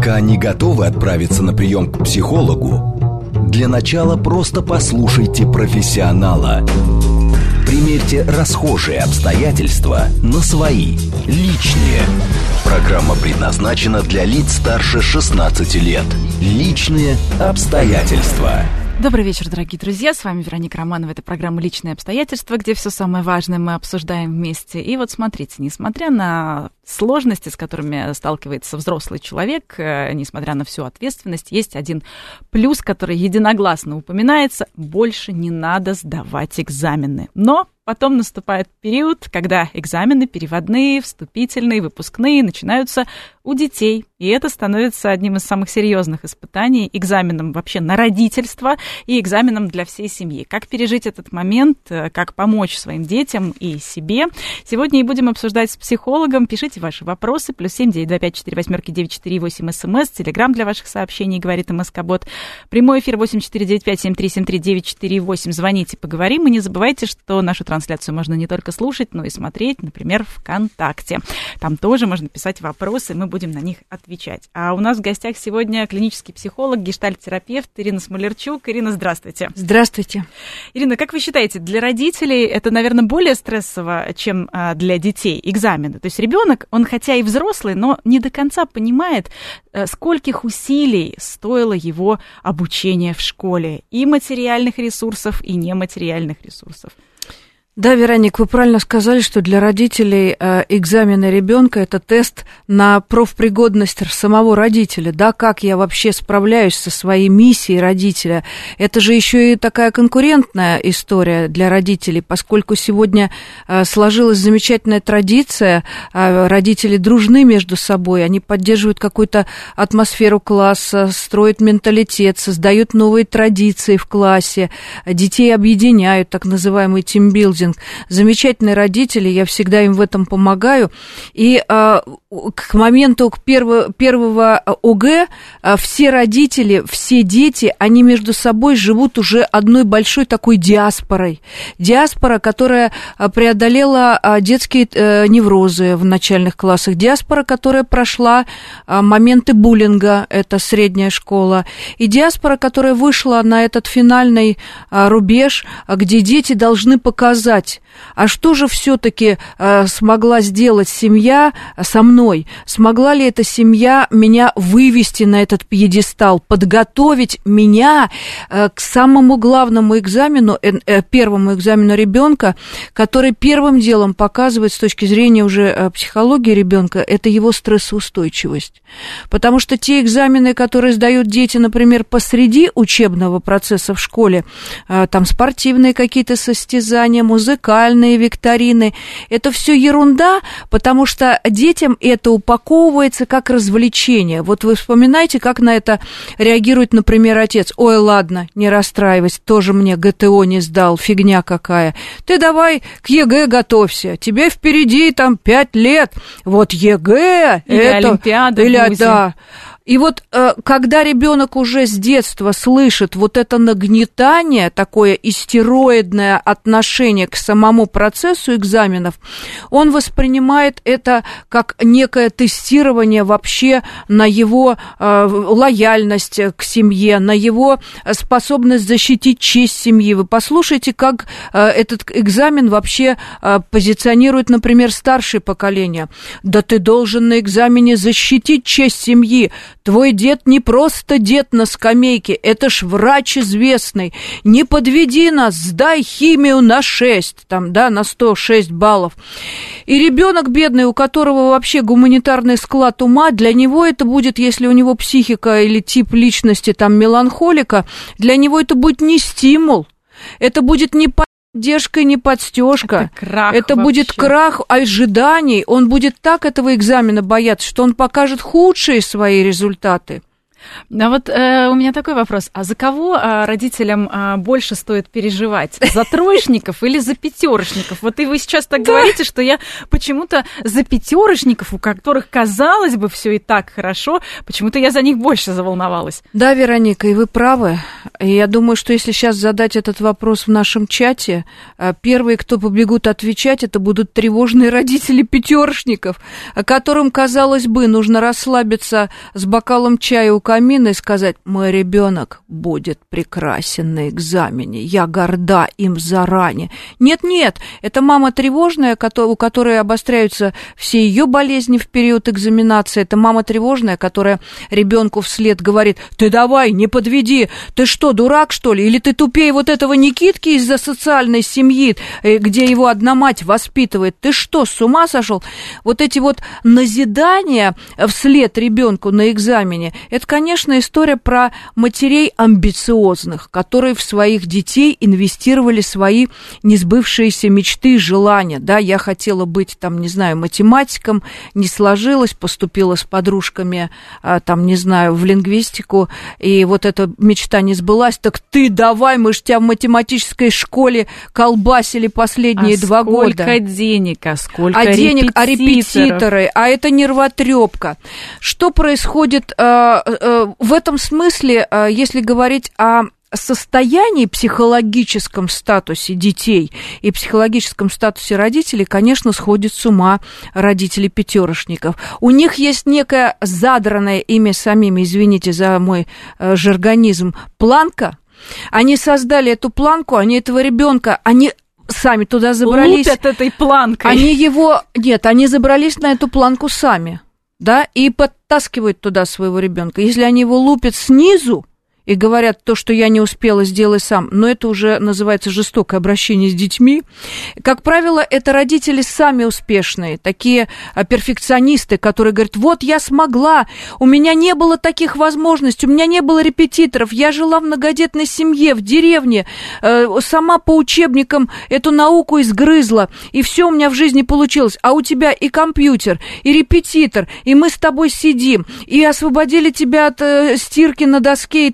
Пока не готовы отправиться на прием к психологу, для начала просто послушайте профессионала. Примерьте расхожие обстоятельства на свои, личные. Программа предназначена для лиц старше 16 лет. Личные обстоятельства. Добрый вечер, дорогие друзья. С вами Вероника Романова. Это программа «Личные обстоятельства», где все самое важное мы обсуждаем вместе. И вот смотрите, несмотря на сложности, с которыми сталкивается взрослый человек, несмотря на всю ответственность, есть один плюс, который единогласно упоминается: больше не надо сдавать экзамены. Но потом наступает период, когда экзамены переводные, вступительные, выпускные начинаются у детей. И это становится одним из самых серьезных испытаний, экзаменом вообще на родительство и экзаменом для всей семьи. Как пережить этот момент, как помочь своим детям и себе, сегодня и будем обсуждать с психологом. Пишите ваши вопросы. +7 925 48 948 СМС, телеграм для ваших сообщений, говорит МСК-бот. Прямой эфир 8495 7373 948. Звоните, поговорим. И не забывайте, что нашу трансляцию можно не только слушать, но и смотреть, например, ВКонтакте. Там тоже можно писать вопросы, мы будем на них отвечать. А у нас в гостях сегодня клинический психолог, гештальт-терапевт Ирина Смолерчук. Ирина, здравствуйте. Здравствуйте. Ирина, как вы считаете, для родителей это, наверное, более стрессово, чем для детей экзамены? То есть ребенок, он хотя и взрослый, но не до конца понимает, скольких усилий стоило его обучение в школе, и материальных ресурсов, и нематериальных ресурсов. Да, Вероник, вы правильно сказали, что для родителей экзамены ребенка это тест на профпригодность самого родителя, да, как я вообще справляюсь со своей миссией родителя. Это же еще и такая конкурентная история для родителей, поскольку сегодня сложилась замечательная традиция, родители дружны между собой, они поддерживают какую-то атмосферу класса, строят менталитет, создают новые традиции в классе, детей объединяют, так называемый тимбилдинг. Замечательные родители, я всегда им в этом помогаю. И к моменту первого ОГЭ все родители, все дети, они между собой живут уже одной большой такой диаспорой. Диаспора, которая преодолела детские неврозы в начальных классах. Диаспора, которая прошла моменты буллинга, это средняя школа. И диаспора, которая вышла на этот финальный рубеж, где дети должны показать, а что же все-таки смогла сделать семья со мной? Смогла ли эта семья меня вывести на этот пьедестал, подготовить меня к самому главному экзамену, первому экзамену ребенка, который первым делом показывает с точки зрения уже психологии ребенка, это его стрессоустойчивость. Потому что те экзамены, которые сдают дети, например, посреди учебного процесса в школе, там спортивные какие-то состязания, музыкальные викторины, это все ерунда, потому что детям это упаковывается как развлечение. Вот вы вспоминаете, как на это реагирует, например, отец. Ой, ладно, не расстраивайся, тоже мне ГТО не сдал, фигня какая. Ты давай к ЕГЭ готовься, тебе впереди там 5 лет. Вот ЕГЭ, или это... Олимпиада, или, да. И вот когда ребенок уже с детства слышит вот это нагнетание, такое истероидное отношение к самому процессу экзаменов, он воспринимает это как некое тестирование вообще на его лояльность к семье, на его способность защитить честь семьи. Вы послушайте, как этот экзамен вообще позиционирует, например, старшее поколение. Да ты должен на экзамене защитить честь семьи. Твой дед не просто дед на скамейке, это ж врач известный. Не подведи нас, сдай химию на 6, там, да, на 106 баллов. И ребенок бедный, у которого вообще гуманитарный склад ума, для него это будет, если у него психика или тип личности там меланхолика, для него это будет не стимул, это будет не поддержка, не подстежка. Это будет крах ожиданий. Он будет так этого экзамена бояться, что он покажет худшие свои результаты. А вот у меня такой вопрос. А за кого родителям больше стоит переживать? За троечников или за пятерочников? Вот и вы сейчас так говорите, что я почему-то за пятерочников, у которых, казалось бы, все и так хорошо, почему-то я за них больше заволновалась. Да, Вероника, и вы правы. И я думаю, что если сейчас задать этот вопрос в нашем чате, первые, кто побегут отвечать, это будут тревожные родители пятерочников, которым, казалось бы, нужно расслабиться с бокалом чая у камина и сказать: мой ребенок будет прекрасен на экзамене, я горда им заранее. Нет, это мама тревожная, у которой обостряются все ее болезни в период экзаменации, это мама тревожная, которая ребенку вслед говорит: ты давай, не подведи, ты что, дурак, что ли, или ты тупее вот этого Никитки из-за социальной семьи, где его одна мать воспитывает, ты что, с ума сошел? Вот эти вот назидания вслед ребенку на экзамене, это, конечно, история про матерей амбициозных, которые в своих детей инвестировали свои несбывшиеся мечты и желания. Да, я хотела быть, там, не знаю, математиком, не сложилось, поступила с подружками, там, не знаю, в лингвистику, и вот эта мечта не сбылась, так ты давай, мы ж тебя в математической школе колбасили последние 2 года. Сколько денег, сколько денег, репетиторы, а это нервотрепка. Что происходит в этом смысле, если говорить о состоянии, психологическом статусе детей и психологическом статусе родителей, конечно, сходят с ума родители пятерочников. У них есть некое задранное ими самими, извините за мой жаргонизм, планка. Они создали эту планку, они этого ребенка, они сами туда забрались. Лупят этой планкой. Они забрались на эту планку сами, да, и подтаскивают туда своего ребенка. Если они его лупят снизу и говорят: то, что я не успела, сделай сам, но это уже называется жестокое обращение с детьми. Как правило, это родители сами успешные, такие перфекционисты, которые говорят: вот я смогла, у меня не было таких возможностей, у меня не было репетиторов, я жила в многодетной семье, в деревне, сама по учебникам эту науку изгрызла, и все у меня в жизни получилось, а у тебя и компьютер, и репетитор, и мы с тобой сидим, и освободили тебя от стирки на доске,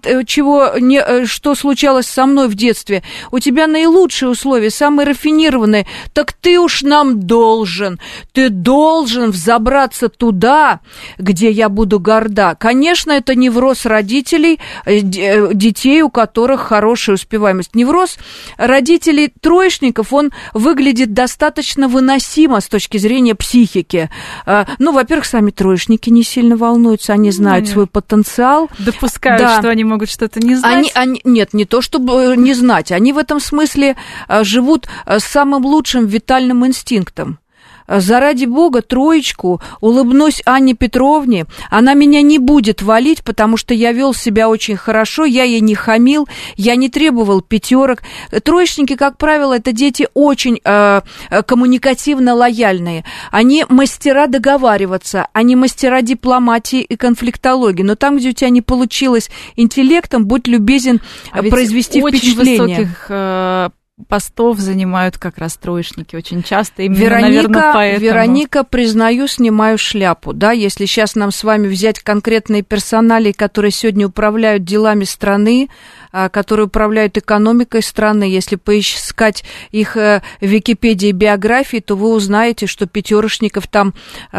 что случалось со мной в детстве. У тебя наилучшие условия, самые рафинированные. Так ты уж нам должен. Ты должен взобраться туда, где я буду горда. Конечно, это невроз родителей, детей, у которых хорошая успеваемость. Невроз родителей троечников, он выглядит достаточно выносимо с точки зрения психики. Во-первых, сами троечники не сильно волнуются, они знают свой потенциал. Допускают, что они могут что-то не знать? Нет, не то чтобы не знать. Они в этом смысле живут самым лучшим витальным инстинктом. Заради бога, троечку, улыбнусь Анне Петровне, она меня не будет валить, потому что я вел себя очень хорошо, я ей не хамил, я не требовал пятерок. Троечники, как правило, это дети очень коммуникативно лояльные. Они мастера договариваться, они мастера дипломатии и конфликтологии. Но там, где у тебя не получилось интеллектом, будь любезен произвести впечатление. Очень высоких постов занимают как раз троечники очень часто. Именно, наверное, поэтому. Вероника, признаю, снимаю шляпу. Да, если сейчас нам с вами взять конкретные персонали, которые сегодня управляют делами страны, которые управляют экономикой страны, если поискать их в Википедии биографии, то вы узнаете, что пятерочников там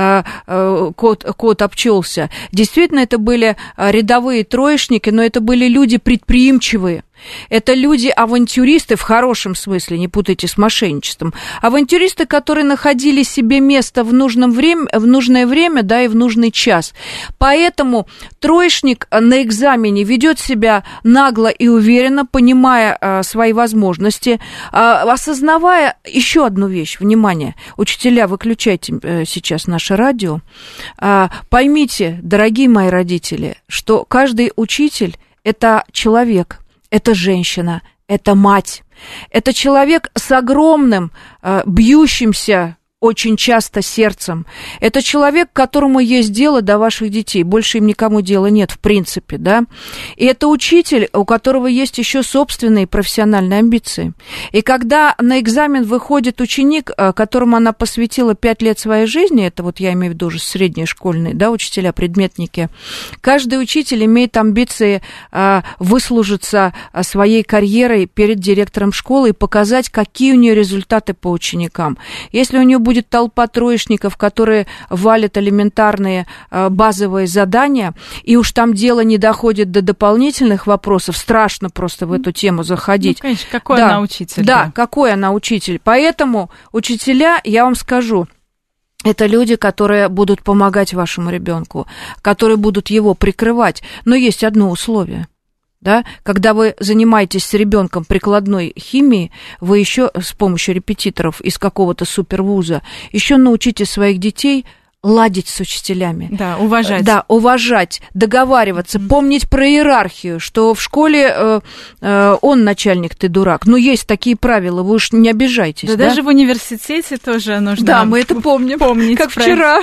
кот обчелся. Действительно, это были рядовые троечники, но это были люди предприимчивые. Это люди-авантюристы в хорошем смысле, не путайте с мошенничеством. Авантюристы, которые находили себе место в нужное время, да, и в нужный час. Поэтому троечник на экзамене ведет себя нагло и уверенно, понимая свои возможности, осознавая еще одну вещь. Внимание, учителя, выключайте сейчас наше радио. Поймите, дорогие мои родители, что каждый учитель – это человек. Это женщина, это мать, это человек с огромным, бьющимся очень часто сердцем. Это человек, которому есть дело до ваших детей. Больше им никому дела нет, в принципе, да. И это учитель, у которого есть еще собственные профессиональные амбиции. И когда на экзамен выходит ученик, которому она посвятила 5 лет своей жизни, это вот я имею в виду уже средние школьные, да, учителя, предметники, каждый учитель имеет амбиции выслужиться своей карьерой перед директором школы и показать, какие у нее результаты по ученикам. Если у нее будет толпа троечников, которые валят элементарные базовые задания, и уж там дело не доходит до дополнительных вопросов, страшно просто в эту тему заходить. Ну, конечно, какой она учитель. Да, какой она учитель. Поэтому учителя, я вам скажу, это люди, которые будут помогать вашему ребенку, которые будут его прикрывать. Но есть одно условие. Да? Когда вы занимаетесь с ребенком прикладной химией, вы еще с помощью репетиторов из какого-то супервуза еще научите своих детей ладить с учителями. Да, уважать. Да, уважать, договариваться, помнить про иерархию, что в школе он начальник, ты дурак. Но есть такие правила, вы уж не обижайтесь. Да, даже в университете тоже нужно. Да, мы это помним, как вчера.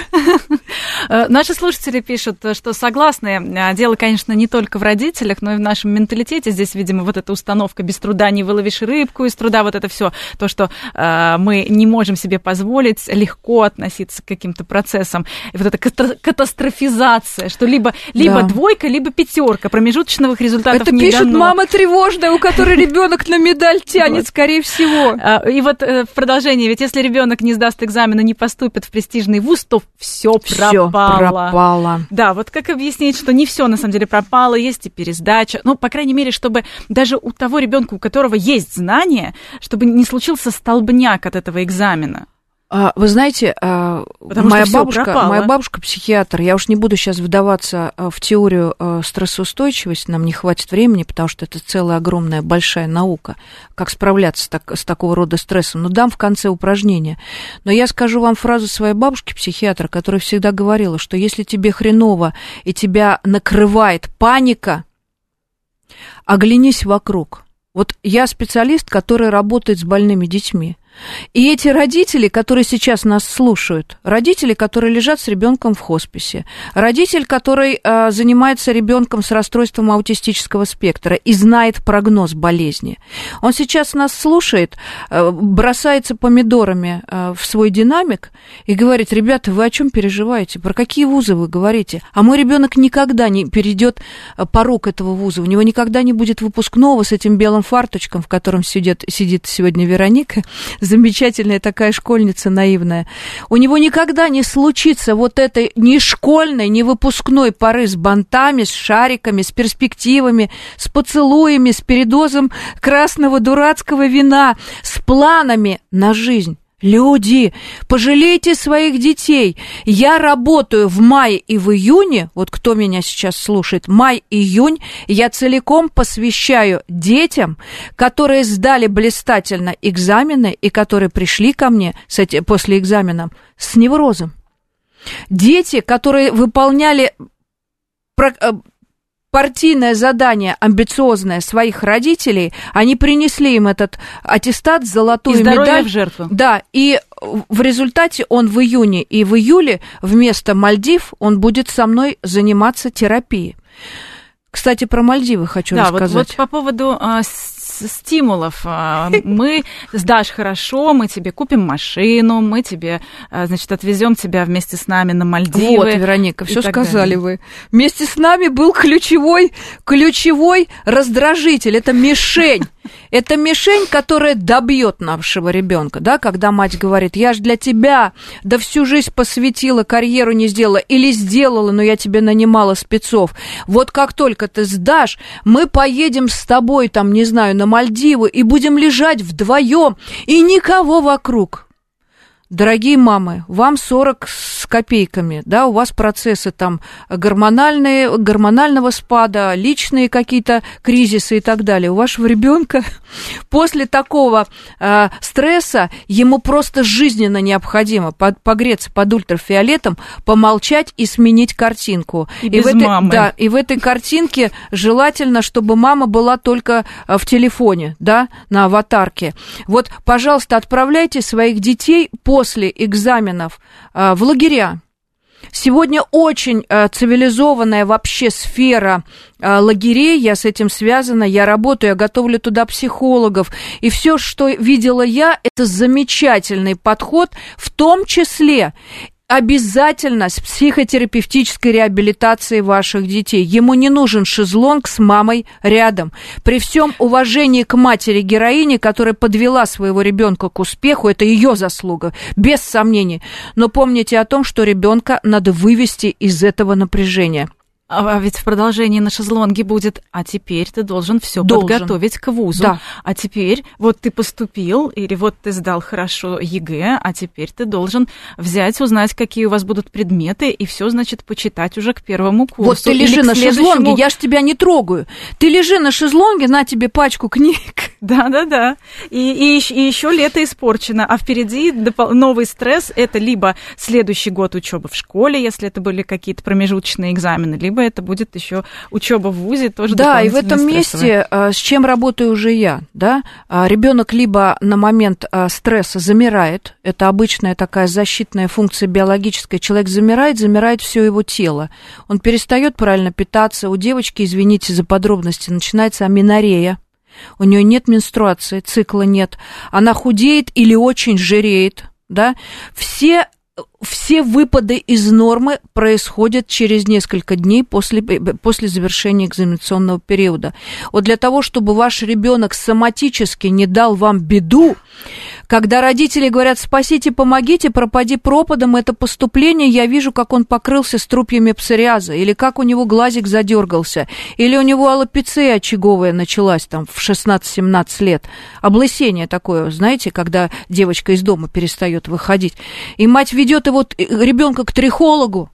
Наши слушатели пишут, что согласны. Дело, конечно, не только в родителях, но и в нашем менталитете. Здесь, видимо, вот эта установка «без труда не выловишь рыбку», из труда вот это все, то, что мы не можем себе позволить легко относиться к каким-то процессам. И вот эта катастрофизация, что либо двойка, либо пятерка, промежуточных результатов это не дано. Это пишет мама тревожная, у которой ребенок на медаль тянет, скорее всего. И вот в продолжение, ведь если ребенок не сдаст экзамен и не поступит в престижный вуз, то все пропало. Да, вот как объяснить, что не все на самом деле пропало, есть и пересдача. Ну, по крайней мере, чтобы даже у того ребенка, у которого есть знания, чтобы не случился столбняк от этого экзамена. Вы знаете, моя бабушка психиатр, я уж не буду сейчас вдаваться в теорию стрессоустойчивости, нам не хватит времени, потому что это целая огромная большая наука, как справляться с такого рода стрессом. Но дам в конце упражнения. Но я скажу вам фразу своей бабушки психиатра, которая всегда говорила, что если тебе хреново и тебя накрывает паника, оглянись вокруг. Вот я специалист, который работает с больными детьми. И эти родители, которые сейчас нас слушают, родители, которые лежат с ребенком в хосписе, родитель, который занимается ребенком с расстройством аутистического спектра и знает прогноз болезни, он сейчас нас слушает, бросается помидорами в свой динамик и говорит: ребята, вы о чем переживаете? Про какие вузы вы говорите? А мой ребенок никогда не перейдет порог этого вуза, у него никогда не будет выпускного с этим белым фарточком, в котором сидит сегодня Вероника, замечательная такая школьница наивная. У него никогда не случится вот этой ни школьной, ни выпускной поры с бантами, с шариками, с перспективами, с поцелуями, с передозом красного дурацкого вина, с планами на жизнь. Люди, пожалейте своих детей. Я работаю в мае и в июне, вот кто меня сейчас слушает, май-июнь, я целиком посвящаю детям, которые сдали блистательно экзамены и которые пришли ко мне после экзамена с неврозом. Дети, которые выполняли партийное задание амбициозное своих родителей, они принесли им этот аттестат, золотую медаль. В жертву. Да, и в результате он в июне и в июле вместо Мальдив он будет со мной заниматься терапией. Кстати, про Мальдивы хочу рассказать. Вот по поводу стимулов. Мы сдашь хорошо, мы тебе купим машину, мы тебе, значит, отвезем тебя вместе с нами на Мальдивы. Вот, Вероника, все сказали вы. Вместе с нами был ключевой раздражитель. Это мишень. Это мишень, которая добьет нашего ребенка, да, когда мать говорит: я ж для тебя, да всю жизнь посвятила, карьеру не сделала, или сделала, но я тебе нанимала спецов. Вот как только ты сдашь, мы поедем с тобой, там, не знаю, на Мальдивы и будем лежать вдвоем, и никого вокруг. Дорогие мамы, вам 40 с копейками, да, у вас процессы там гормонального спада, личные какие-то кризисы и так далее. У вашего ребенка после такого стресса ему просто жизненно необходимо погреться под ультрафиолетом, помолчать и сменить картинку. И мамы. Да, и в этой картинке желательно, чтобы мама была только в телефоне, да, на аватарке. Вот, пожалуйста, отправляйте своих детей по после экзаменов в лагеря. Сегодня очень цивилизованная вообще сфера лагерей, я с этим связана, я работаю, я готовлю туда психологов, и все, что видела я, это замечательный подход, в том числе обязательно с психотерапевтической реабилитацией ваших детей. Ему не нужен шезлонг с мамой рядом. При всем уважении к матери героини, которая подвела своего ребенка к успеху, это ее заслуга, без сомнений. Но помните о том, что ребенка надо вывести из этого напряжения. А ведь в продолжении на шезлонге будет, а теперь ты должен все подготовить к вузу. Да. А теперь вот ты поступил, или вот ты сдал хорошо ЕГЭ, а теперь ты должен взять, узнать, какие у вас будут предметы, и все, значит, почитать уже к первому курсу. Вот ты лежи на шезлонге, я ж тебя не трогаю. Ты лежи на шезлонге, на тебе пачку книг. Да. И еще лето испорчено, а впереди новый стресс. Это либо следующий год учебы в школе, если это были какие-то промежуточные экзамены, либо это будет еще учеба в вузе, тоже да, и в этом стрессовая. месте, с чем работаю уже я, да, ребенок либо на момент стресса замирает, это обычная такая защитная функция биологическая, человек замирает все его тело, он перестает правильно питаться, у девочки, извините за подробности, начинается аменорея, у нее нет менструации, цикла нет, она худеет или очень жиреет, да, все выпады из нормы происходят через несколько дней после завершения экзаменационного периода. Вот для того, чтобы ваш ребенок соматически не дал вам беду, когда родители говорят: спасите, помогите, пропади пропадом, это поступление, я вижу, как он покрылся струпьями псориаза, или как у него глазик задергался, или у него аллопеция очаговая началась там в 16-17 лет. Облысение такое, знаете, когда девочка из дома перестает выходить. И мать ведет его ребенка к трихологу.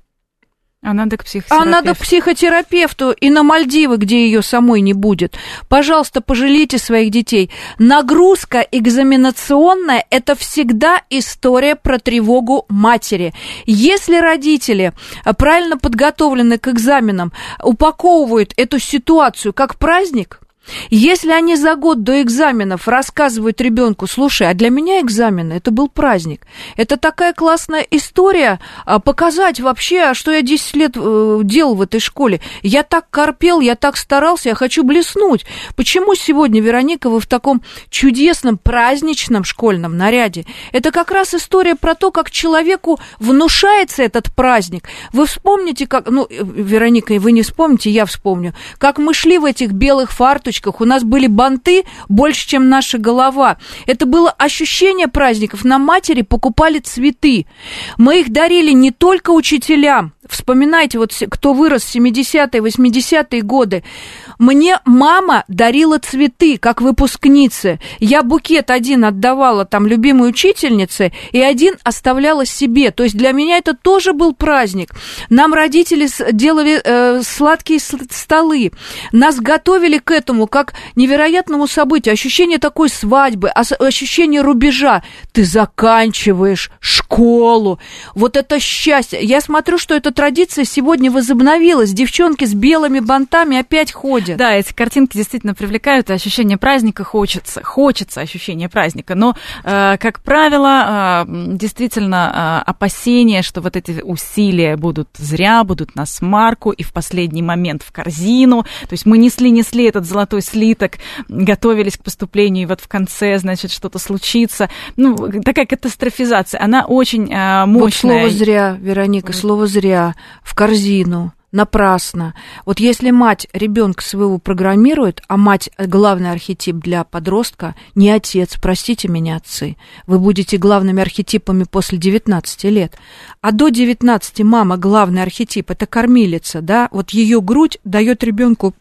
А надо к психотерапевту. А надо к психотерапевту и на Мальдивы, где ее самой не будет. Пожалуйста, пожалейте своих детей. Нагрузка экзаменационная – это всегда история про тревогу матери. Если родители, правильно подготовлены к экзаменам, упаковывают эту ситуацию как праздник, если они за год до экзаменов рассказывают ребенку: слушай, а для меня экзамены это был праздник, это такая классная история, показать вообще, что я 10 лет делал в этой школе, я так корпел, я так старался, я хочу блеснуть. Почему сегодня, Вероника, вы в таком чудесном праздничном школьном наряде? Это как раз история про то, как человеку внушается этот праздник. Вы вспомните, как, Вероника, вы не вспомните, я вспомню, как мы шли в этих белых фарточках, у нас были банты больше, чем наша голова. Это было ощущение праздников. Нам матери покупали цветы. Мы их дарили не только учителям. Вспоминайте, вот кто вырос в 70-е, 80-е годы. Мне мама дарила цветы, как выпускнице. Я букет один отдавала там любимой учительнице, и один оставляла себе. То есть для меня это тоже был праздник. Нам родители делали сладкие столы. Нас готовили к этому как невероятному событию. Ощущение такой свадьбы, ощущение рубежа. Ты заканчиваешь школу. Вот это счастье. Я смотрю, что эта традиция сегодня возобновилась. Девчонки с белыми бантами опять ходят. Да, эти картинки действительно привлекают, и ощущение праздника хочется ощущения праздника. Но, как правило, действительно опасения, что вот эти усилия будут зря, будут на смарку, и в последний момент в корзину. То есть мы несли этот золотой слиток, готовились к поступлению, и вот в конце, значит, что-то случится. Такая катастрофизация, она очень мощная. Вот слово «зря», Вероника, слово «зря» в корзину. Напрасно. Вот если мать ребенка своего программирует, а мать главный архетип для подростка, не отец, простите меня, отцы, вы будете главными архетипами после 19 лет. А до 19 мама главный архетип, это кормилица, да, вот ее грудь дает ребенку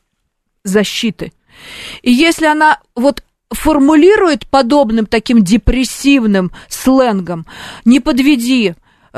защиты. И если она вот формулирует подобным таким депрессивным сленгом: не подведи,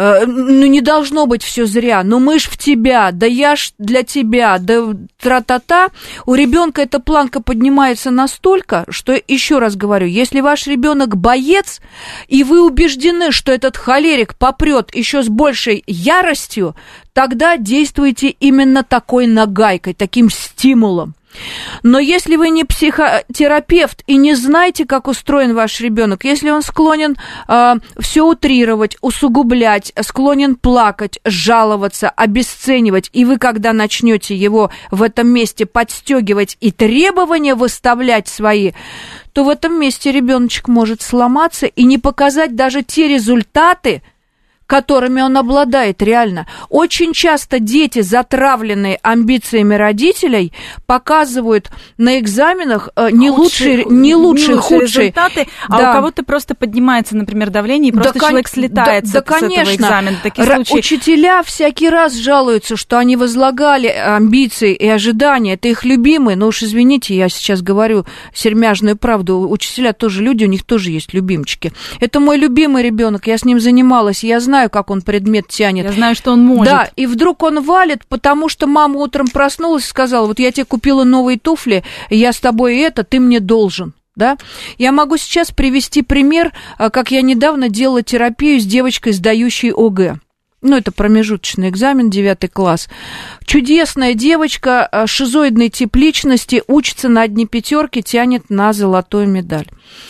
не должно быть все зря, мы ж в тебя, да я ж для тебя, да тра-та-та, у ребенка эта планка поднимается настолько, что, еще раз говорю, если ваш ребенок боец, и вы убеждены, что этот холерик попрет еще с большей яростью, тогда действуйте именно такой нагайкой, таким стимулом. Но если вы не психотерапевт и не знаете, как устроен ваш ребенок, если он склонен все утрировать, усугублять, склонен плакать, жаловаться, обесценивать, и вы, когда начнете его в этом месте подстегивать и требования выставлять свои, то в этом месте ребеночек может сломаться и не показать даже те результаты, которыми он обладает реально. Очень часто дети, затравленные амбициями родителей, показывают на экзаменах не лучшие, худшие результаты, а у кого-то просто поднимается, например, давление, и просто человек слетает с этого экзамена. Учителя всякий раз жалуются, что они возлагали амбиции и ожидания, это их любимые, но уж извините, я сейчас говорю сермяжную правду, учителя тоже люди, у них тоже есть любимчики. Это мой любимый ребенок, я с ним занималась, я знаю, как он предмет тянет. Я знаю, что он может. Да, и вдруг он валит, потому что мама утром проснулась и сказала, вот я тебе купила новые туфли, я с тобой ты мне должен. Да? Я могу сейчас привести пример, как я недавно делала терапию с девочкой, сдающей ОГЭ. Это промежуточный экзамен, 9 класс. Чудесная девочка, шизоидный тип личности, учится на одни пятерки, тянет на золотую медаль.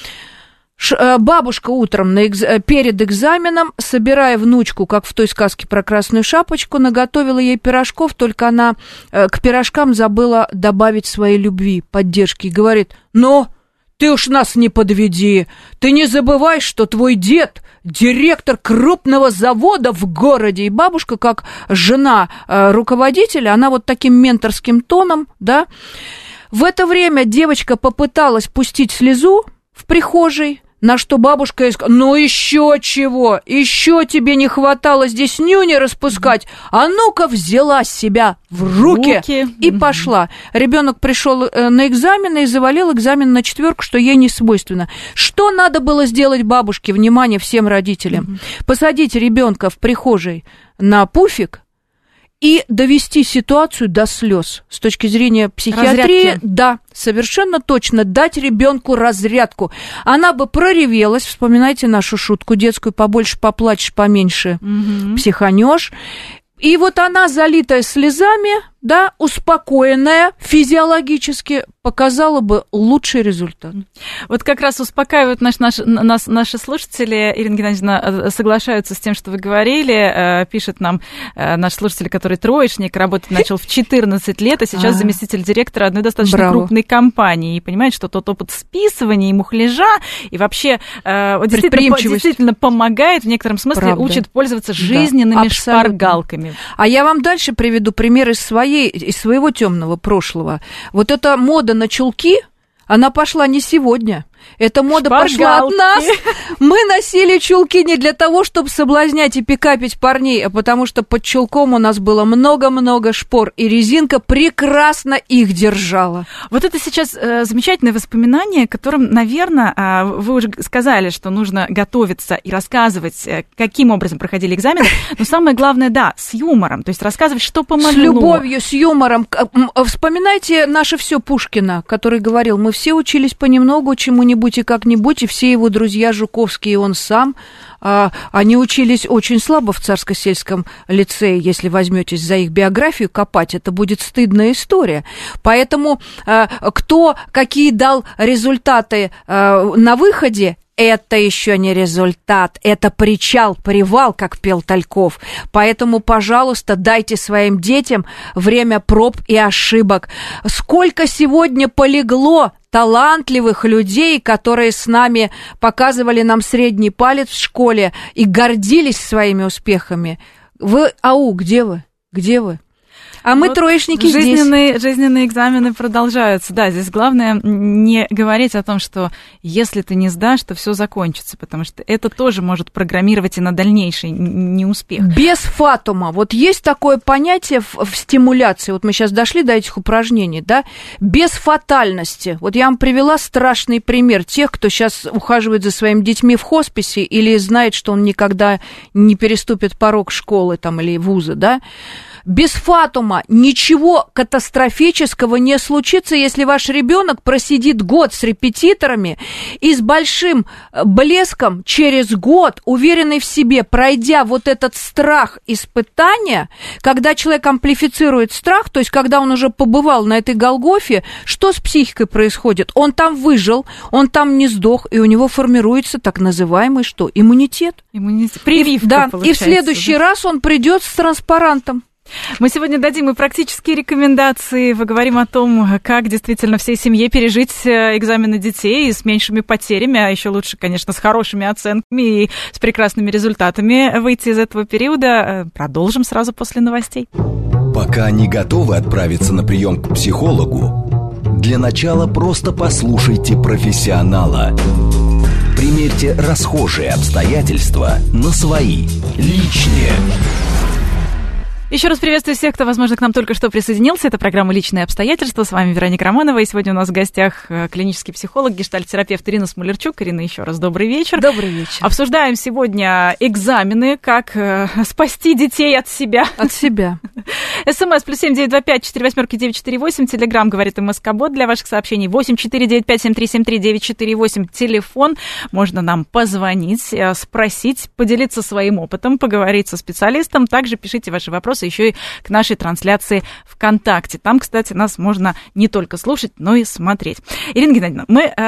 Бабушка утром перед экзаменом, собирая внучку, как в той сказке про Красную Шапочку, наготовила ей пирожков, только она к пирожкам забыла добавить своей любви, поддержки, и говорит: «Но ты уж нас не подведи, ты не забывай, что твой дед директор крупного завода в городе». И бабушка, как жена руководителя, она вот таким менторским тоном, да. В это время девочка попыталась пустить слезу в прихожей, на что бабушка ей сказала: «Ну еще чего, еще тебе не хватало здесь нюни распускать, а ну-ка взяла себя в руки и пошла». Ребенок пришел на экзамены и завалил экзамен на 4, что ей не свойственно. Что надо было сделать бабушке, внимание всем родителям? Посадить ребенка в прихожей на пуфик и довести ситуацию до слез. С точки зрения психиатрии, разрядки. Да, совершенно точно, дать ребенку разрядку. Она бы проревелась, вспоминайте нашу шутку детскую: побольше поплачешь, поменьше психанешь. И вот она, залитая слезами, да, успокоенная физиологически, показала бы лучший результат. Вот как раз успокаивают наши слушатели. Ирина Геннадьевна, соглашаются с тем, что вы говорили. Пишет нам наш слушатель, который троечник, работать начал в 14 лет, а сейчас заместитель директора одной достаточно крупной компании. И понимает, что тот опыт списывания и мухляжа, и вообще действительно помогает, в некотором смысле учит пользоваться жизненными шпаргалками. А я вам дальше приведу пример из своего темного прошлого. Вот эта мода на чулки, она пошла не сегодня. Эта мода пошла от нас. Мы носили чулки не для того, чтобы соблазнять и пикапить парней, а потому что под чулком у нас было много-много шпор, и резинка прекрасно их держала. Вот это сейчас замечательное воспоминание, которым, наверное, вы уже сказали, что нужно готовиться и рассказывать, каким образом проходили экзамены, но самое главное, да, с юмором, то есть рассказывать, что помогло. С любовью, с юмором. Вспоминайте наше все Пушкина, который говорил: мы все учились понемногу, чему-нибудь и как-нибудь, и все его друзья Жуковский и он сам, они учились очень слабо в Царско-сельском лицее. Если возьметесь за их биографию копать, это будет стыдная история. Поэтому кто какие дал результаты на выходе, это еще не результат, это причал, привал, как пел Тальков. Поэтому, пожалуйста, дайте своим детям время проб и ошибок. Сколько сегодня полегло талантливых людей, которые с нами показывали нам средний палец в школе и гордились своими успехами. Вы, где вы? Где вы? А мы троечники здесь. Жизненные экзамены продолжаются. Да, здесь главное не говорить о том, что если ты не сдашь, то все закончится, потому что это тоже может программировать и на дальнейший неуспех. Без фатума. Вот есть такое понятие в стимуляции. Вот мы сейчас дошли до этих упражнений, да? Без фатальности. Вот я вам привела страшный пример тех, кто сейчас ухаживает за своими детьми в хосписе или знает, что он никогда не переступит порог школы там, или вуза, да? без фатума ничего катастрофического не случится, если ваш ребенок просидит год с репетиторами и с большим блеском через год, уверенный в себе, пройдя вот этот страх испытания, когда человек амплифицирует страх, то есть когда он уже побывал на этой Голгофе, что с психикой происходит? Он там выжил, он там не сдох, и у него формируется так называемый что? Иммунитет. Прививка, да, и в следующий раз он придет с транспарантом. Мы сегодня дадим и практические рекомендации, поговорим о том, как действительно всей семье пережить экзамены детей с меньшими потерями, а еще лучше, конечно, с хорошими оценками и с прекрасными результатами выйти из этого периода. Продолжим сразу после новостей. Пока не готовы отправиться на прием к психологу, для начала просто послушайте профессионала. Примерьте расхожие обстоятельства на свои, личные. Еще раз приветствую всех, кто, возможно, к нам только что присоединился. Это программа «Личные обстоятельства». С вами Вероника Романова. И сегодня у нас в гостях клинический психолог, гештальт-терапевт Ирина Смолерчук. Ирина, еще раз добрый вечер. Добрый вечер. Обсуждаем сегодня экзамены, как спасти детей от себя. От себя. СМС +7 925 48 948. Телеграм говорит МСК-бот для ваших сообщений. 8495 7373 948. Телефон. Можно нам позвонить, спросить, поделиться своим опытом, поговорить со специалистом. Также пишите ваши вопросы еще и к нашей трансляции ВКонтакте. Там, кстати, нас можно не только слушать, но и смотреть. Ирина Геннадьевна,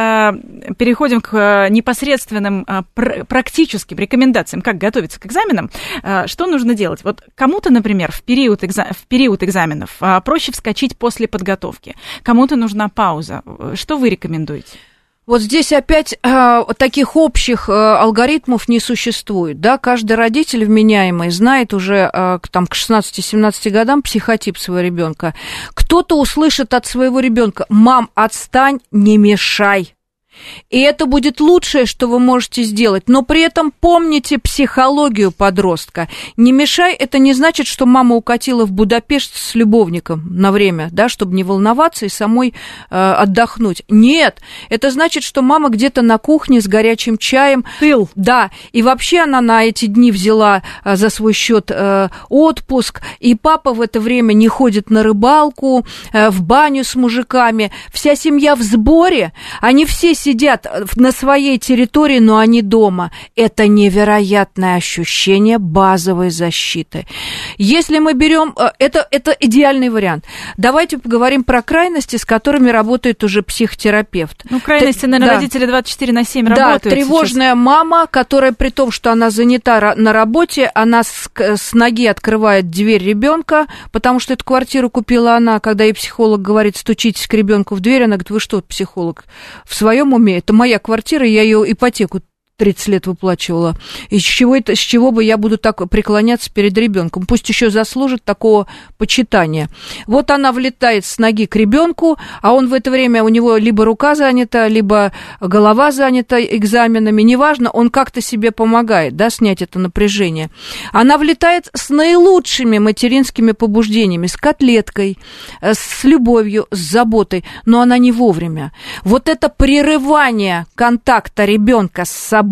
мы переходим к непосредственным практическим рекомендациям, как готовиться к экзаменам. Что нужно делать? Вот кому-то, например, в период экзаменов проще вскочить после подготовки, кому-то нужна пауза. Что вы рекомендуете? Вот здесь опять таких общих алгоритмов не существует, да, каждый родитель вменяемый знает уже там, к 16-17 годам психотип своего ребенка. Кто-то услышит от своего ребенка: «Мам, отстань, не мешай». И это будет лучшее, что вы можете сделать. Но при этом помните психологию подростка. Не мешай, это не значит, что мама укатила в Будапешт с любовником на время, да, чтобы не волноваться и самой отдохнуть. Нет, это значит, что мама где-то на кухне с горячим чаем. Тыл. Да, и вообще она на эти дни взяла за свой счет отпуск, и папа в это время не ходит на рыбалку, в баню с мужиками. Вся семья в сборе, они все сидят на своей территории, но они дома. Это невероятное ощущение базовой защиты. Если мы берем... Это идеальный вариант. Давайте поговорим про крайности, с которыми работает уже психотерапевт. Ну, крайности, наверное, да. Родители 24/7 работают. Да, тревожная сейчас. Мама, которая при том, что она занята на работе, она с ноги открывает дверь ребенка, потому что эту квартиру купила она, когда ей психолог говорит: стучитесь к ребенку в дверь, она говорит: вы что, психолог, в своем уме? Это моя квартира, я ее ипотеку 30 лет выплачивала. С чего бы я буду так преклоняться перед ребенком? Пусть еще заслужит такого почитания. Вот она влетает с ноги к ребенку, а он в это время, у него либо рука занята, либо голова занята экзаменами, неважно, он как-то себе помогает, да, снять это напряжение. Она влетает с наилучшими материнскими побуждениями, с котлеткой, с любовью, с заботой, но она не вовремя. Вот это прерывание контакта ребенка с собой,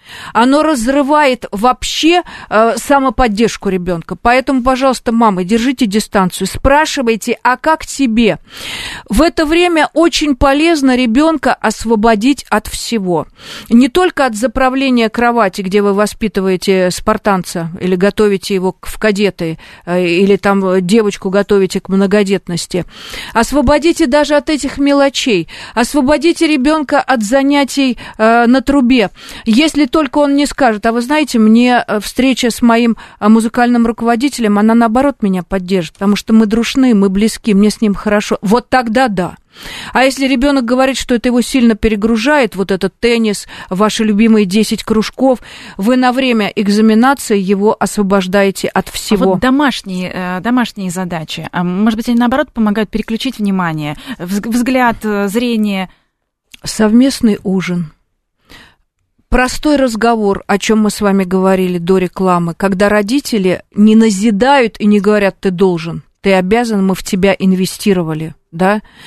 оно разрывает вообще самоподдержку ребенка. Поэтому, пожалуйста, мамы, держите дистанцию, спрашивайте: а как тебе? В это время очень полезно ребенка освободить от всего. Не только от заправления кровати, где вы воспитываете спартанца или готовите его в кадеты, или там девочку готовите к многодетности. Освободите даже от этих мелочей. Освободите ребенка от занятий на трубе. Если только он не скажет: а вы знаете, мне встреча с моим музыкальным руководителем, она наоборот меня поддержит, потому что мы дружны, мы близки, мне с ним хорошо. Вот тогда да. А если ребенок говорит, что это его сильно перегружает, вот этот теннис, ваши любимые 10 кружков, вы на время экзаменации его освобождаете от всего. А вот домашние задачи, может быть, они наоборот помогают переключить внимание, взгляд, зрение? Совместный ужин. Простой разговор, о чем мы с вами говорили до рекламы, когда родители не назидают и не говорят: ты должен, ты обязан, мы в тебя инвестировали, да,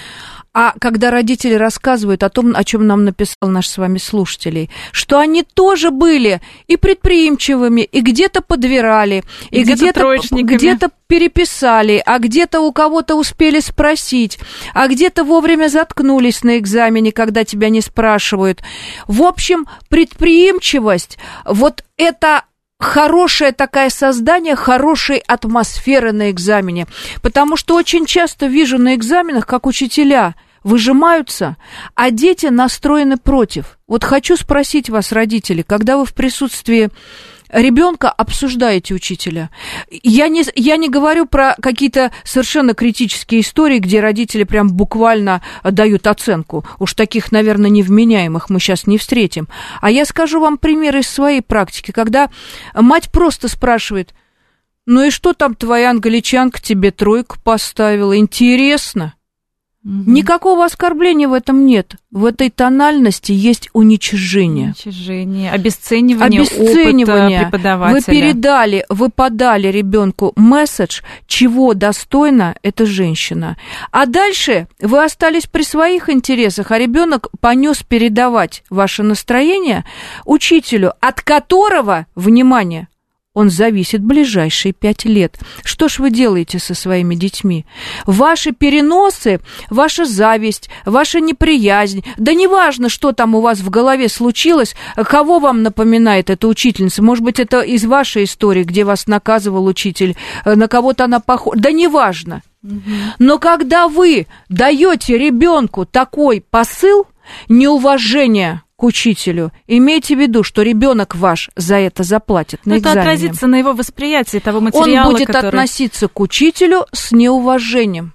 А когда родители рассказывают о том, о чем нам написал наш с вами слушатель, что они тоже были и предприимчивыми, и где-то подбирали, и где-то переписали, а где-то у кого-то успели спросить, а где-то вовремя заткнулись на экзамене, когда тебя не спрашивают. В общем, предприимчивость, вот это хорошее такое создание хорошей атмосферы на экзамене. Потому что очень часто вижу на экзаменах, как учителя выжимаются, а дети настроены против. Вот хочу спросить вас, родители, когда вы в присутствии ребенка обсуждаете учителя. Я не говорю про какие-то совершенно критические истории, где родители прям буквально дают оценку. Уж таких, наверное, невменяемых мы сейчас не встретим. А я скажу вам пример из своей практики, когда мать просто спрашивает: ну и что там твоя англичанка тебе 3 поставила? Интересно. Никакого оскорбления в этом нет. В этой тональности есть уничижение. Обесценивание опыта преподавателя. Вы подали ребенку месседж, чего достойна эта женщина. А дальше вы остались при своих интересах, а ребенок понес передавать ваше настроение учителю, от которого, внимание, он зависит ближайшие 5 лет. Что ж вы делаете со своими детьми? Ваши переносы, ваша зависть, ваша неприязнь, да неважно, что там у вас в голове случилось, кого вам напоминает эта учительница. Может быть, это из вашей истории, где вас наказывал учитель, на кого-то она похожа. Да неважно. Но когда вы даете ребенку такой посыл неуважения к учителю, имейте в виду, что ребенок ваш за это заплатит на экзамене. Это отразится на его восприятии того материала, он будет относиться к учителю с неуважением.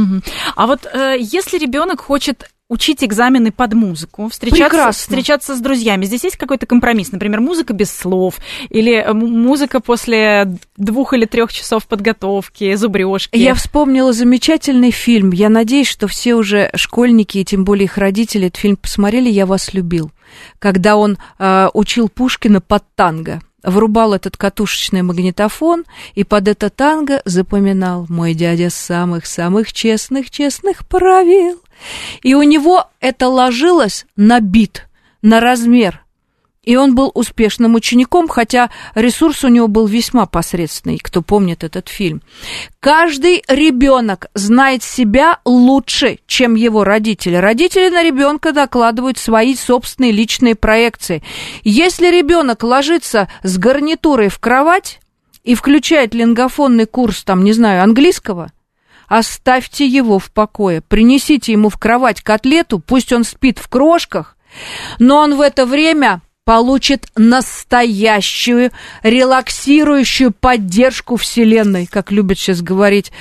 А вот если ребенок хочет учить экзамены под музыку, встречаться с друзьями, здесь есть какой-то компромисс? Например, музыка без слов, или музыка после 2 или 3 часов подготовки, зубрёжки. Я вспомнила замечательный фильм. Я надеюсь, что все уже школьники, и тем более их родители, этот фильм посмотрели «Я вас любил», когда он учил Пушкина под танго. Врубал этот катушечный магнитофон и под это танго запоминал: «Мой дядя самых-самых честных правил». И у него это ложилось на бит, на размер. И он был успешным учеником, хотя ресурс у него был весьма посредственный, кто помнит этот фильм. Каждый ребенок знает себя лучше, чем его родители. Родители на ребенка докладывают свои собственные личные проекции. Если ребенок ложится с гарнитурой в кровать и включает лингофонный курс, там, не знаю, английского, оставьте его в покое, принесите ему в кровать котлету, пусть он спит в крошках, но он в это время получит настоящую релаксирующую поддержку Вселенной, как любят сейчас говорить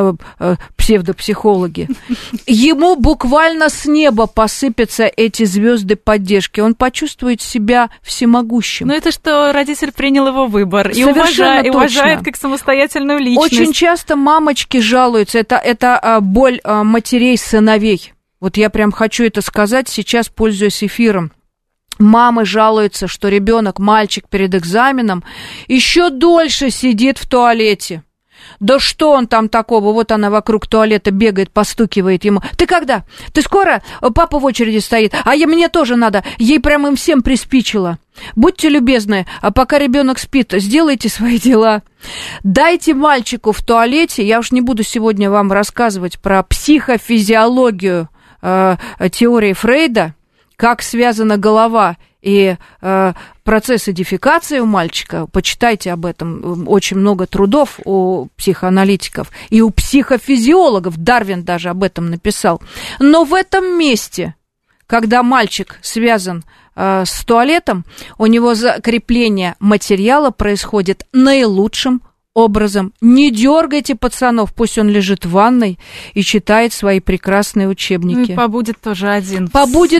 псевдопсихологи. Ему буквально с неба посыпятся эти звезды поддержки. Он почувствует себя всемогущим. Но это что родитель принял его выбор и уважает как самостоятельную личность. Очень часто мамочки жалуются. Это боль матерей-сыновей. Вот я прям хочу это сказать сейчас, пользуясь эфиром. Мамы жалуются, что ребенок, мальчик перед экзаменом еще дольше сидит в туалете. Да что он там такого? Вот она вокруг туалета бегает, постукивает ему. Ты когда? Ты скоро? Папа в очереди стоит. А мне тоже надо. Ей прям им всем приспичило. Будьте любезны, а пока ребенок спит, сделайте свои дела. Дайте мальчику в туалете. Я уж не буду сегодня вам рассказывать про психофизиологию теории Фрейда, как связана голова и процесс эдификации у мальчика. Почитайте об этом. Очень много трудов у психоаналитиков и у психофизиологов. Дарвин даже об этом написал. Но в этом месте, когда мальчик связан с туалетом, у него закрепление материала происходит наилучшим образом. Не дергайте пацанов, пусть он лежит в ванной и читает свои прекрасные учебники. Ну и побудет тоже один. Побудет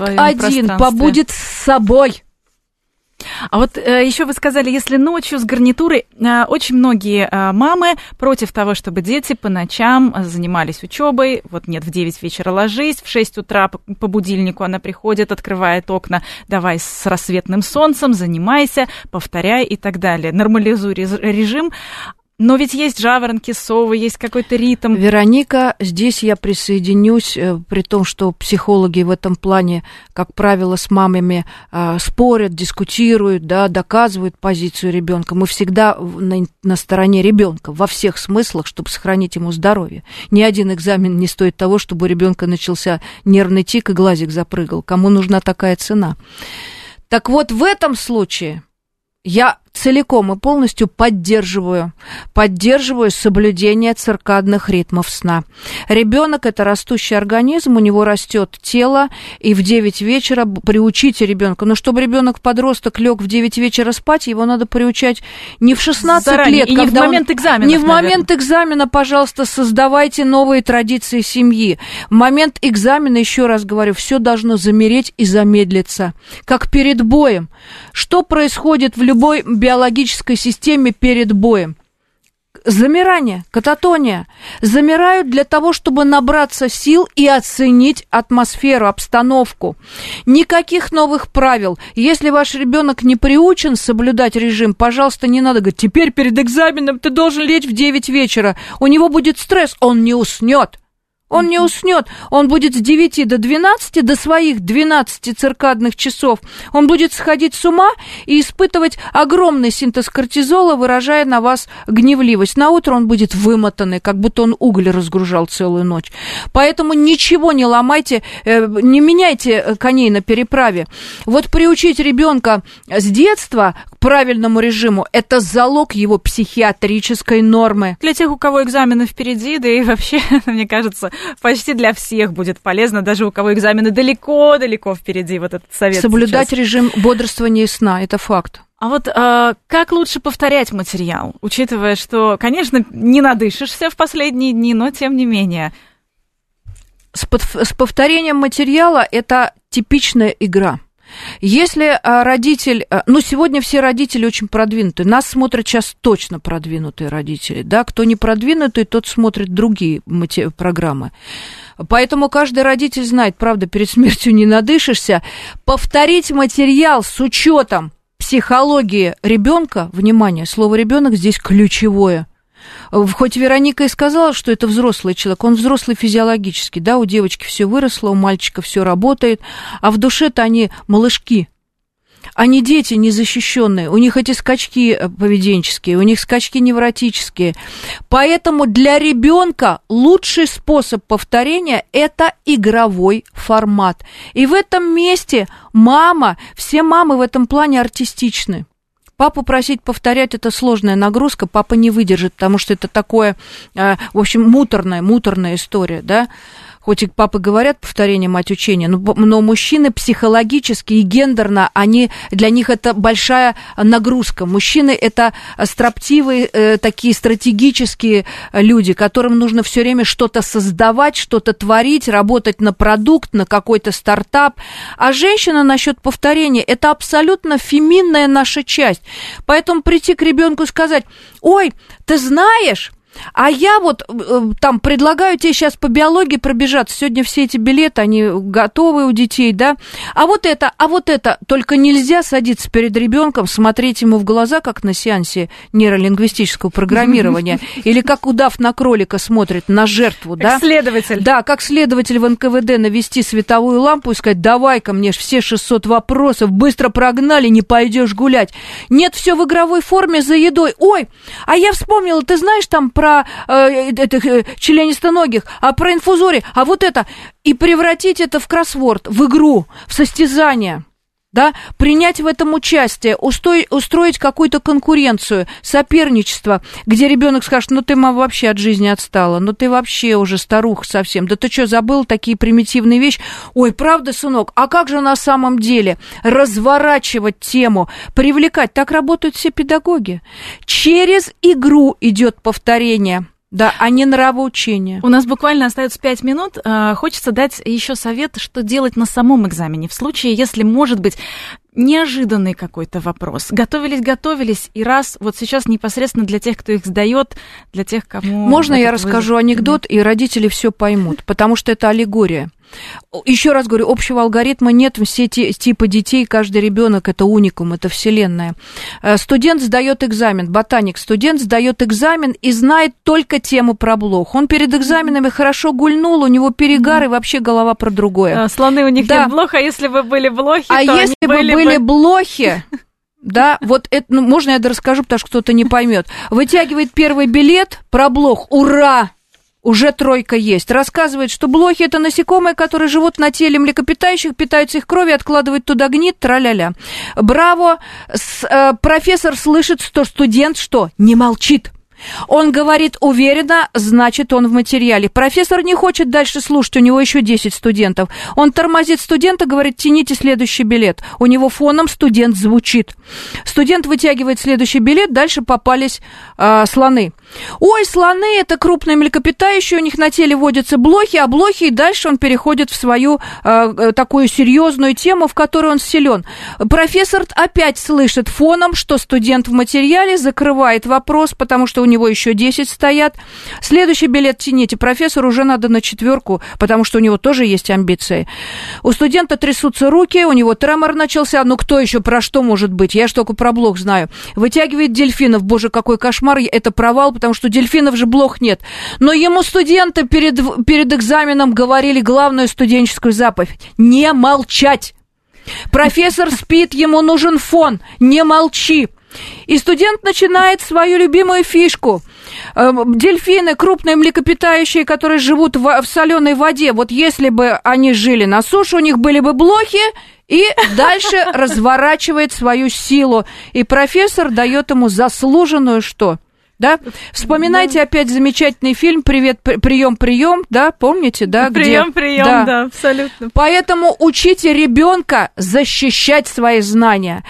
с собой. А вот еще вы сказали, если ночью с гарнитурой, очень многие мамы против того, чтобы дети по ночам занимались учебой. Вот нет, в 9 вечера ложись, в 6 утра по будильнику она приходит, открывает окна, давай с рассветным солнцем, занимайся, повторяй и так далее. Нормализуй режим. Но ведь есть жаворонки, совы, есть какой-то ритм. Вероника, здесь я присоединюсь, при том, что психологи в этом плане, как правило, с мамами спорят, дискутируют, да, доказывают позицию ребенка. Мы всегда на стороне ребенка во всех смыслах, чтобы сохранить ему здоровье. Ни один экзамен не стоит того, чтобы у ребенка начался нервный тик и глазик запрыгал. Кому нужна такая цена? Так вот, в этом случае я целиком и полностью поддерживаю соблюдение циркадных ритмов сна. Ребенок — это растущий организм, у него растет тело, и в 9 вечера приучите ребенка. Но чтобы ребенок-подросток лег в 9 вечера спать, его надо приучать не в 16 заранее, лет. И не в момент экзамена. Не в момент экзамена, пожалуйста, создавайте новые традиции семьи. В момент экзамена, еще раз говорю, все должно замереть и замедлиться. Как перед боем. Что происходит в любой биологической системе перед боем? Замирание, кататония. Замирают для того, чтобы набраться сил и оценить атмосферу, обстановку. Никаких новых правил. Если ваш ребенок не приучен соблюдать режим, пожалуйста, не надо говорить: теперь перед экзаменом ты должен лечь в 9 вечера. У него будет стресс, он не уснет. Он не уснет, он будет с 9 до 12, до своих 12 циркадных часов. Он будет сходить с ума и испытывать огромный синтез кортизола, выражая на вас гневливость. На утро он будет вымотанный, как будто он уголь разгружал целую ночь. Поэтому ничего не ломайте, не меняйте коней на переправе. Вот приучить ребенка с детства к правильному режиму – это залог его психиатрической нормы. Для тех, у кого экзамены впереди, да и вообще, мне кажется, почти для всех будет полезно, даже у кого экзамены далеко-далеко впереди, вот этот совет. Соблюдать сейчас. Режим бодрствования и сна, это факт. А вот как лучше повторять материал, учитывая, что, конечно, не надышишься в последние дни, но тем не менее. С повторением материала это типичная игра. Если родитель, сегодня все родители очень продвинутые, нас смотрят сейчас точно продвинутые родители, да, кто не продвинутый, тот смотрит другие программы. Поэтому каждый родитель знает, правда, перед смертью не надышишься. Повторить материал с учетом психологии ребенка, внимание, слово ребенок здесь ключевое. Хоть Вероника и сказала, что это взрослый человек, он взрослый физиологически, да, у девочки все выросло, у мальчика все работает, а в душе-то они малышки. Они дети незащищенные, у них эти скачки поведенческие, у них скачки невротические. Поэтому для ребенка лучший способ повторения – это игровой формат. И в этом месте все мамы в этом плане артистичны. Папу просить повторять – это сложная нагрузка, папа не выдержит, потому что это такое, в общем, муторная история, да. Хоть и папы говорят повторение – мать учения, но мужчины психологически и гендерно, для них это большая нагрузка. Мужчины – это строптивые, такие стратегические люди, которым нужно все время что-то создавать, что-то творить, работать на продукт, на какой-то стартап. А женщина насчет повторения – это абсолютно феминная наша часть. Поэтому прийти к ребенку и сказать: ой, ты знаешь… А я вот там предлагаю тебе сейчас по биологии пробежаться. Сегодня все эти билеты, они готовы у детей, да? А вот это. Только нельзя садиться перед ребенком, смотреть ему в глаза, как на сеансе нейролингвистического программирования, или как удав на кролика смотрит, на жертву, да? Как следователь. Да, как следователь в НКВД навести световую лампу и сказать: давай-ка мне все 600 вопросов, быстро прогнали, не пойдешь гулять. Нет, все в игровой форме за едой. Ой, а я вспомнила, ты знаешь там про членистоногих, а про инфузорий, а вот это. И превратить это в кроссворд, в игру, в состязание. Да, принять в этом участие, устроить какую-то конкуренцию, соперничество, где ребенок скажет: ну ты, мама, вообще от жизни отстала, ну ты вообще уже старуха совсем, да ты что, забыл такие примитивные вещи? Ой, правда, сынок, а как же на самом деле? Разворачивать тему, привлекать. Так работают все педагоги. Через игру идет повторение. Да, а не нравоучение. У нас буквально остается 5 минут. Хочется дать еще совет, что делать на самом экзамене. В случае, если, может быть, неожиданный какой-то вопрос. Готовились, и раз, вот сейчас непосредственно для тех, кто их сдает, для тех, кому... Можно я расскажу анекдот, и родители все поймут, потому что это аллегория. Еще раз говорю, общего алгоритма нет, все типы детей, каждый ребенок это уникум, это вселенная. Студент сдает экзамен, ботаник, студент сдает экзамен и знает только тему про блох. Он перед экзаменами хорошо гульнул, у него перегар и вообще голова про другое. Слоны у них нет блох, а если бы были блохи, то если бы были блохи... Да, вот это, ну, можно я расскажу, потому что кто-то не поймет. Вытягивает первый билет про блох. Ура! Уже 3 есть. Рассказывает, что блохи – это насекомые, которые живут на теле млекопитающих, питаются их кровью, откладывают туда гнит, тра-ля-ля. Браво! Профессор слышит, что студент что? Не молчит. Он говорит уверенно, значит, он в материале. Профессор не хочет дальше слушать, у него еще 10 студентов. Он тормозит студента, говорит, тяните следующий билет. У него фоном студент звучит. Студент вытягивает следующий билет, дальше попались слоны. Ой, слоны, это крупные млекопитающие, у них на теле водятся блохи, а блохи, и дальше он переходит в свою такую серьезную тему, в которой он силен. Профессор опять слышит фоном, что студент в материале, закрывает вопрос, потому что у него еще 10 стоят. Следующий билет тяните. Профессору уже надо на 4, потому что у него тоже есть амбиции. У студента трясутся руки, у него тремор начался. Ну, кто еще про что может быть? Я ж только про блох знаю. Вытягивает дельфинов. Боже, какой кошмар. Это провал, потому что у дельфинов же блох нет. Но ему студенты перед экзаменом говорили главную студенческую заповедь. Не молчать. Профессор спит, ему нужен фон. Не молчи. И студент начинает свою любимую фишку. Дельфины, крупные млекопитающие, которые живут в соленой воде. Вот если бы они жили на суше, у них были бы блохи, и дальше разворачивает свою силу. И профессор дает ему заслуженную что? Да? Вспоминайте опять замечательный фильм «Привет, прием, прием», да, помните, да? Прием, да, абсолютно. Поэтому учите ребенка защищать свои знания.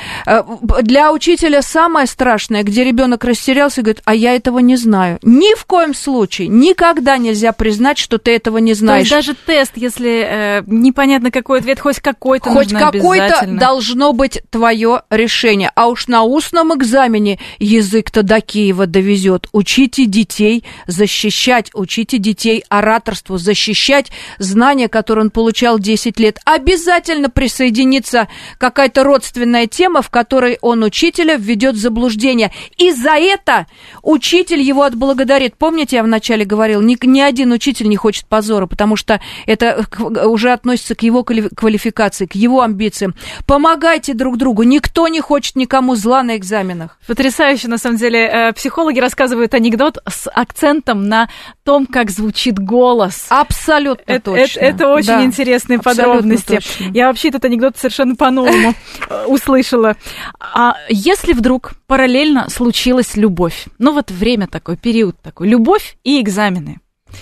Для учителя самое страшное, где ребенок растерялся и говорит, а я этого не знаю. Ни в коем случае, никогда нельзя признать, что ты этого не знаешь. То есть даже тест, если непонятно какой ответ, хоть какой-то нужно обязательно. Хоть какой-то должно быть твое решение. А уж на устном экзамене язык-то до Киева довезет. Учите детей защищать, учите детей ораторству, защищать знания, которые он получал 10 лет. Обязательно присоединится какая-то родственная тема, в которой он учителя введет в заблуждение. И за это учитель его отблагодарит. Помните, я вначале говорил, ни один учитель не хочет позора, потому что это уже относится к его квалификации, к его амбициям. Помогайте друг другу. Никто не хочет никому зла на экзаменах. Потрясающе, на самом деле. Психологи рассказывают анекдот с акцентом на том, как звучит голос. Абсолютно точно. Это очень интересные подробности. Точно. Я вообще этот анекдот совершенно по-новому услышала. А если вдруг параллельно случилась любовь? Ну вот время такое, период такой. Любовь и экзамены.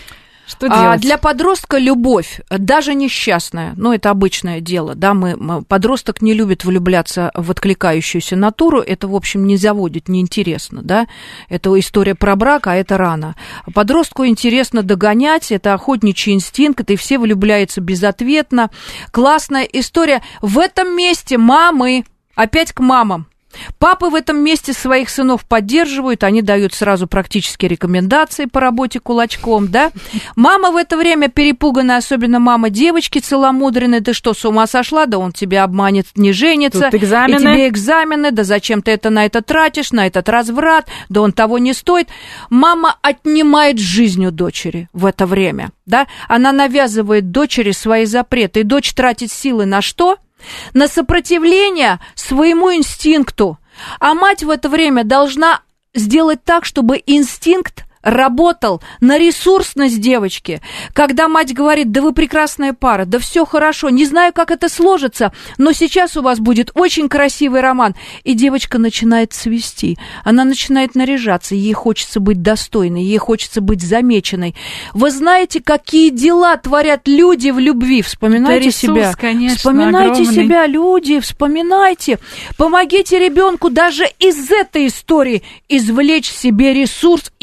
Что делать? Для подростка любовь, даже несчастная, но это обычное дело, да, подросток не любит влюбляться в откликающуюся натуру, это, в общем, не заводит, неинтересно, да, это история про брак, а это рано. Подростку интересно догонять, это охотничий инстинкт, и все влюбляются безответно. Классная история. В этом месте мамы, опять к мамам. Папы в этом месте своих сынов поддерживают, они дают сразу практические рекомендации по работе кулачком, да. Мама в это время перепуганная, особенно мама девочки целомудренной, ты что, с ума сошла, да он тебя обманет, не женится. Тут экзамены. И тебе экзамены, да зачем ты это на это тратишь, на этот разврат, да он того не стоит. Мама отнимает жизнь у дочери в это время, да. Она навязывает дочери свои запреты, и дочь тратит силы на что? На сопротивление своему инстинкту. А мать в это время должна сделать так, чтобы инстинкт работал на ресурсность девочки. Когда мать говорит, да вы прекрасная пара, да все хорошо, не знаю, как это сложится, но сейчас у вас будет очень красивый роман. И девочка начинает цвести, она начинает наряжаться, ей хочется быть достойной, ей хочется быть замеченной. Вы знаете, какие дела творят люди в любви? Вспоминайте ресурс, себя. Конечно, вспоминайте огромный. себя, люди, вспоминайте. Помогите ребенку даже из этой истории извлечь себе ресурс и силу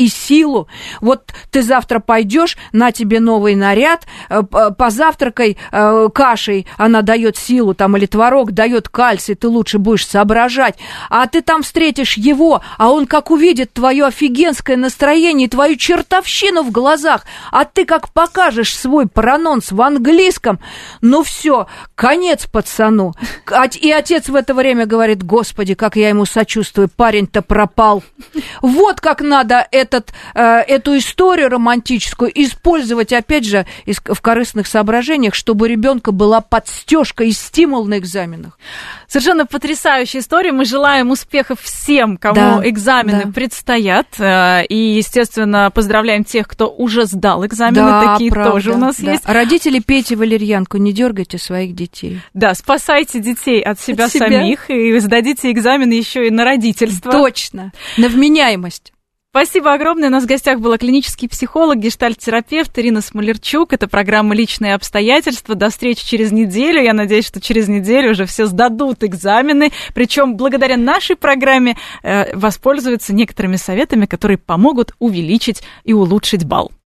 силу. Вот ты завтра пойдешь, на тебе новый наряд, позавтракай кашей, она дает силу, там, или творог дает кальций, ты лучше будешь соображать. А ты там встретишь его, а он как увидит твое офигенское настроение, твою чертовщину в глазах, а ты как покажешь свой прононс в английском, ну все, конец пацану. И отец в это время говорит: Господи, как я ему сочувствую, парень-то пропал. Вот как надо эту историю романтическую использовать, опять же, в корыстных соображениях, чтобы у ребенка была подстежка и стимул на экзаменах. Совершенно потрясающая история. Мы желаем успехов всем, кому экзамены предстоят. И, естественно, поздравляем тех, кто уже сдал экзамены. Такие тоже у нас есть. Родители, пейте валерьянку, не дергайте своих детей. Да, спасайте детей от себя самих и сдадите экзамены еще и на родительство. Точно, на вменяемость. Спасибо огромное. У нас в гостях была клинический психолог, гештальт-терапевт Ирина Смолерчук. Это программа «Личные обстоятельства». До встречи через неделю. Я надеюсь, что через неделю уже все сдадут экзамены. Причем благодаря нашей программе воспользуются некоторыми советами, которые помогут увеличить и улучшить балл.